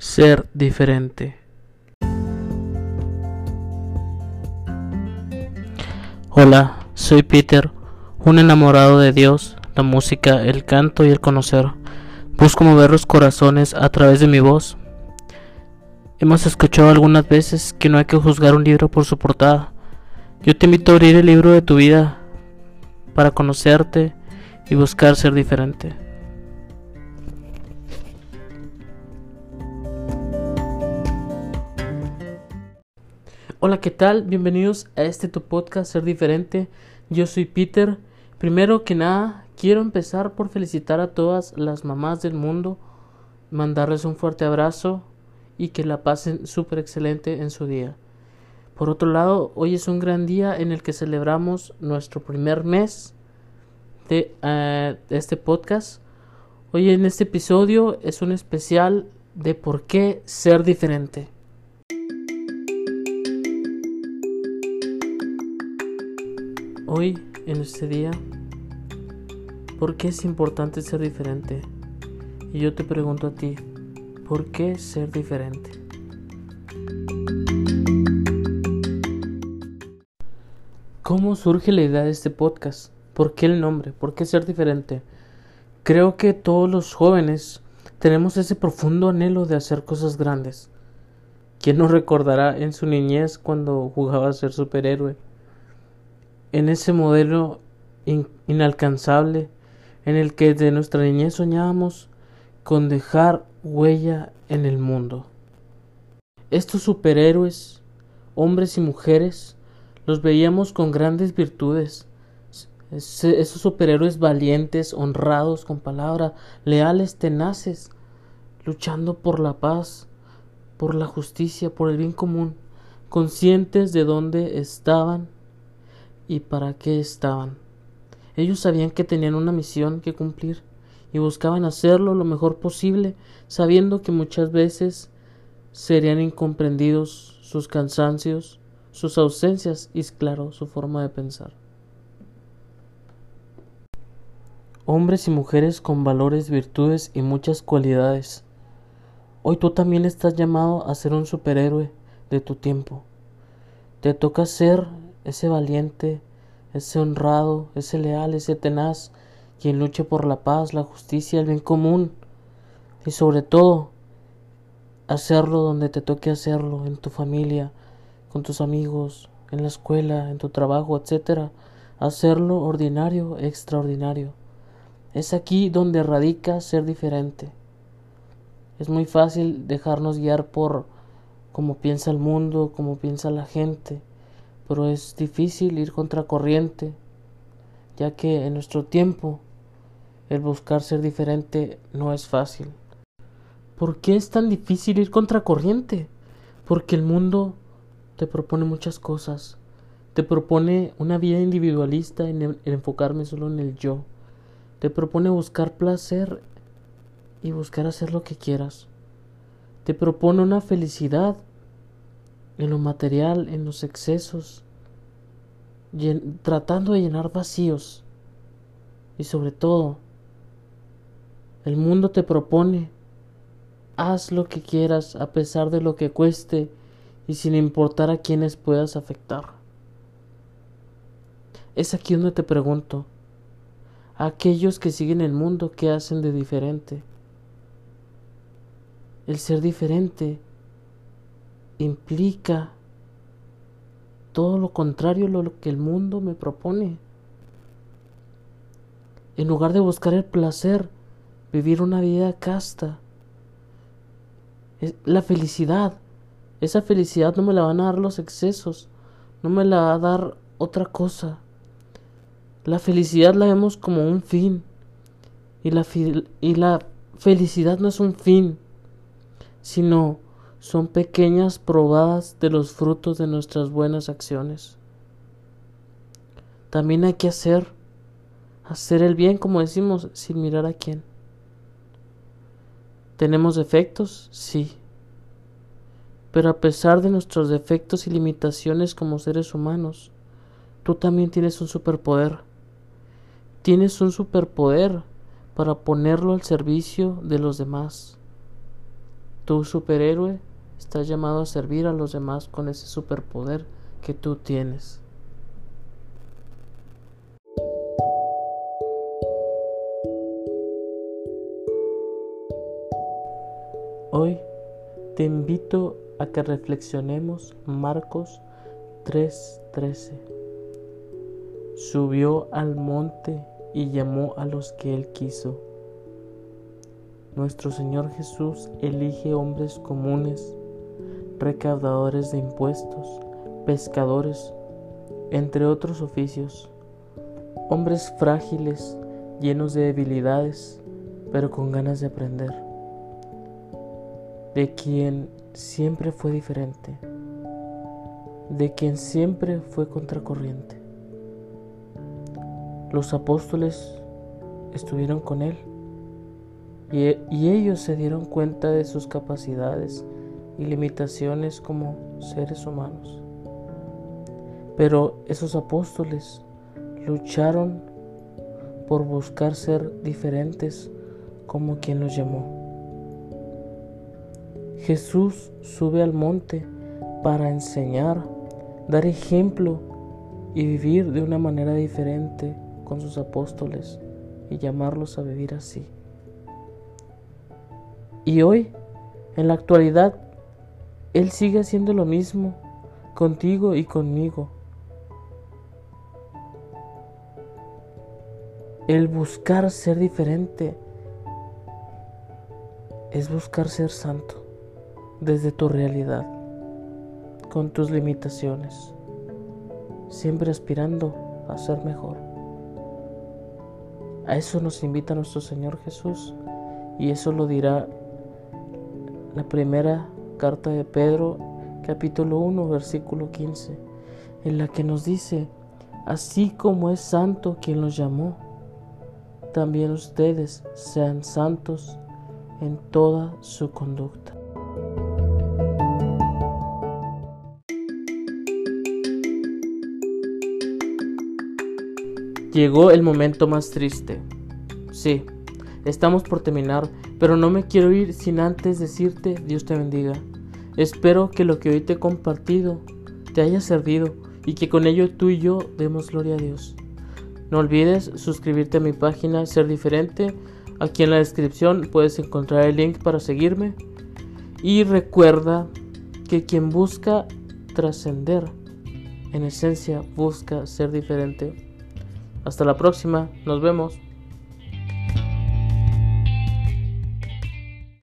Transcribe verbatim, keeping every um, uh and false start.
Ser diferente. Hola, soy Peter, un enamorado de Dios, la música, el canto y el conocer. Busco mover los corazones a través de mi voz. Hemos escuchado algunas veces que no hay que juzgar un libro por su portada. Yo te invito a abrir el libro de tu vida para conocerte y buscar ser diferente. Hola, ¿qué tal? Bienvenidos a este tu podcast Ser Diferente. Yo soy Peter. Primero que nada, quiero empezar por felicitar a todas las mamás del mundo, mandarles un fuerte abrazo y que la pasen súper excelente en su día. Por otro lado, hoy es un gran día en el que celebramos nuestro primer mes de, uh, de este podcast. Hoy en este episodio es un especial de por qué ser diferente. Hoy, en este día, ¿por qué es importante ser diferente? Y yo te pregunto a ti, ¿por qué ser diferente? ¿Cómo surge la idea de este podcast? ¿Por qué el nombre? ¿Por qué ser diferente? Creo que todos los jóvenes tenemos ese profundo anhelo de hacer cosas grandes. ¿Quién nos recordará en su niñez cuando jugaba a ser superhéroe? En ese modelo in- inalcanzable en el que desde nuestra niñez soñábamos con dejar huella en el mundo. Estos superhéroes, hombres y mujeres, los veíamos con grandes virtudes. Es- esos superhéroes valientes, honrados, con palabra, leales, tenaces, luchando por la paz, por la justicia, por el bien común, conscientes de dónde estaban y para qué estaban. Ellos sabían que tenían una misión que cumplir y buscaban hacerlo lo mejor posible, sabiendo que muchas veces serían incomprendidos sus cansancios, sus ausencias y, claro, su forma de pensar. Hombres y mujeres con valores, virtudes y muchas cualidades. Hoy tú también estás llamado a ser un superhéroe de tu tiempo. Te toca ser ese valiente, ese honrado, ese leal, ese tenaz, quien luche por la paz, la justicia, el bien común y sobre todo hacerlo donde te toque hacerlo, en tu familia, con tus amigos, en la escuela, en tu trabajo, etcétera. Hacerlo ordinario, extraordinario. Es aquí donde radica ser diferente. Es muy fácil dejarnos guiar por cómo piensa el mundo, cómo piensa la gente, pero es difícil ir contracorriente, ya que en nuestro tiempo el buscar ser diferente no es fácil. ¿Por qué es tan difícil ir contracorriente? Porque el mundo te propone muchas cosas. Te propone una vida individualista en, el, en enfocarme solo en el yo. Te propone buscar placer y buscar hacer lo que quieras. Te propone una felicidad en lo material, en los excesos, llen- tratando de llenar vacíos. Y sobre todo, el mundo te propone: haz lo que quieras a pesar de lo que cueste y sin importar a quienes puedas afectar. Es aquí donde te pregunto, a aquellos que siguen el mundo, ¿qué hacen de diferente? El ser diferente implica todo lo contrario a lo que el mundo me propone. En lugar de buscar el placer, vivir una vida casta, la felicidad, esa felicidad no me la van a dar los excesos, no me la va a dar otra cosa. La felicidad la vemos como un fin, y la, fi- y la felicidad no es un fin, sino son pequeñas probadas de los frutos de nuestras buenas acciones. También hay que hacer, hacer el bien, como decimos, sin mirar a quién. ¿Tenemos defectos? Sí. Pero a pesar de nuestros defectos y limitaciones como seres humanos, tú también tienes un superpoder. Tienes un superpoder para ponerlo al servicio de los demás. Tu superhéroe está llamado a servir a los demás con ese superpoder que tú tienes. Hoy te invito a que reflexionemos Marcos tres trece. Subió al monte y llamó a los que él quiso. Nuestro Señor Jesús elige hombres comunes, recaudadores de impuestos, pescadores, entre otros oficios, hombres frágiles, llenos de debilidades, pero con ganas de aprender, de quien siempre fue diferente, de quien siempre fue contracorriente. Los apóstoles estuvieron con él y, y ellos se dieron cuenta de sus capacidades y limitaciones como seres humanos. Pero esos apóstoles lucharon por buscar ser diferentes como quien los llamó. Jesús sube al monte para enseñar, dar ejemplo y vivir de una manera diferente con sus apóstoles y llamarlos a vivir así. Y hoy, en la actualidad, Él sigue haciendo lo mismo contigo y conmigo. El buscar ser diferente es buscar ser santo desde tu realidad, con tus limitaciones, siempre aspirando a ser mejor. A eso nos invita nuestro Señor Jesús, y eso lo dirá la primera carta de Pedro, capítulo uno, versículo quince, en la que nos dice: así como es santo quien los llamó, también ustedes sean santos en toda su conducta. Llegó el momento más triste. Sí, estamos por terminar, pero no me quiero ir sin antes decirte Dios te bendiga. Espero que lo que hoy te he compartido te haya servido y que con ello tú y yo demos gloria a Dios. No olvides suscribirte a mi página Ser Diferente. Aquí en la descripción puedes encontrar el link para seguirme. Y recuerda que quien busca trascender, en esencia busca ser diferente. Hasta la próxima, nos vemos.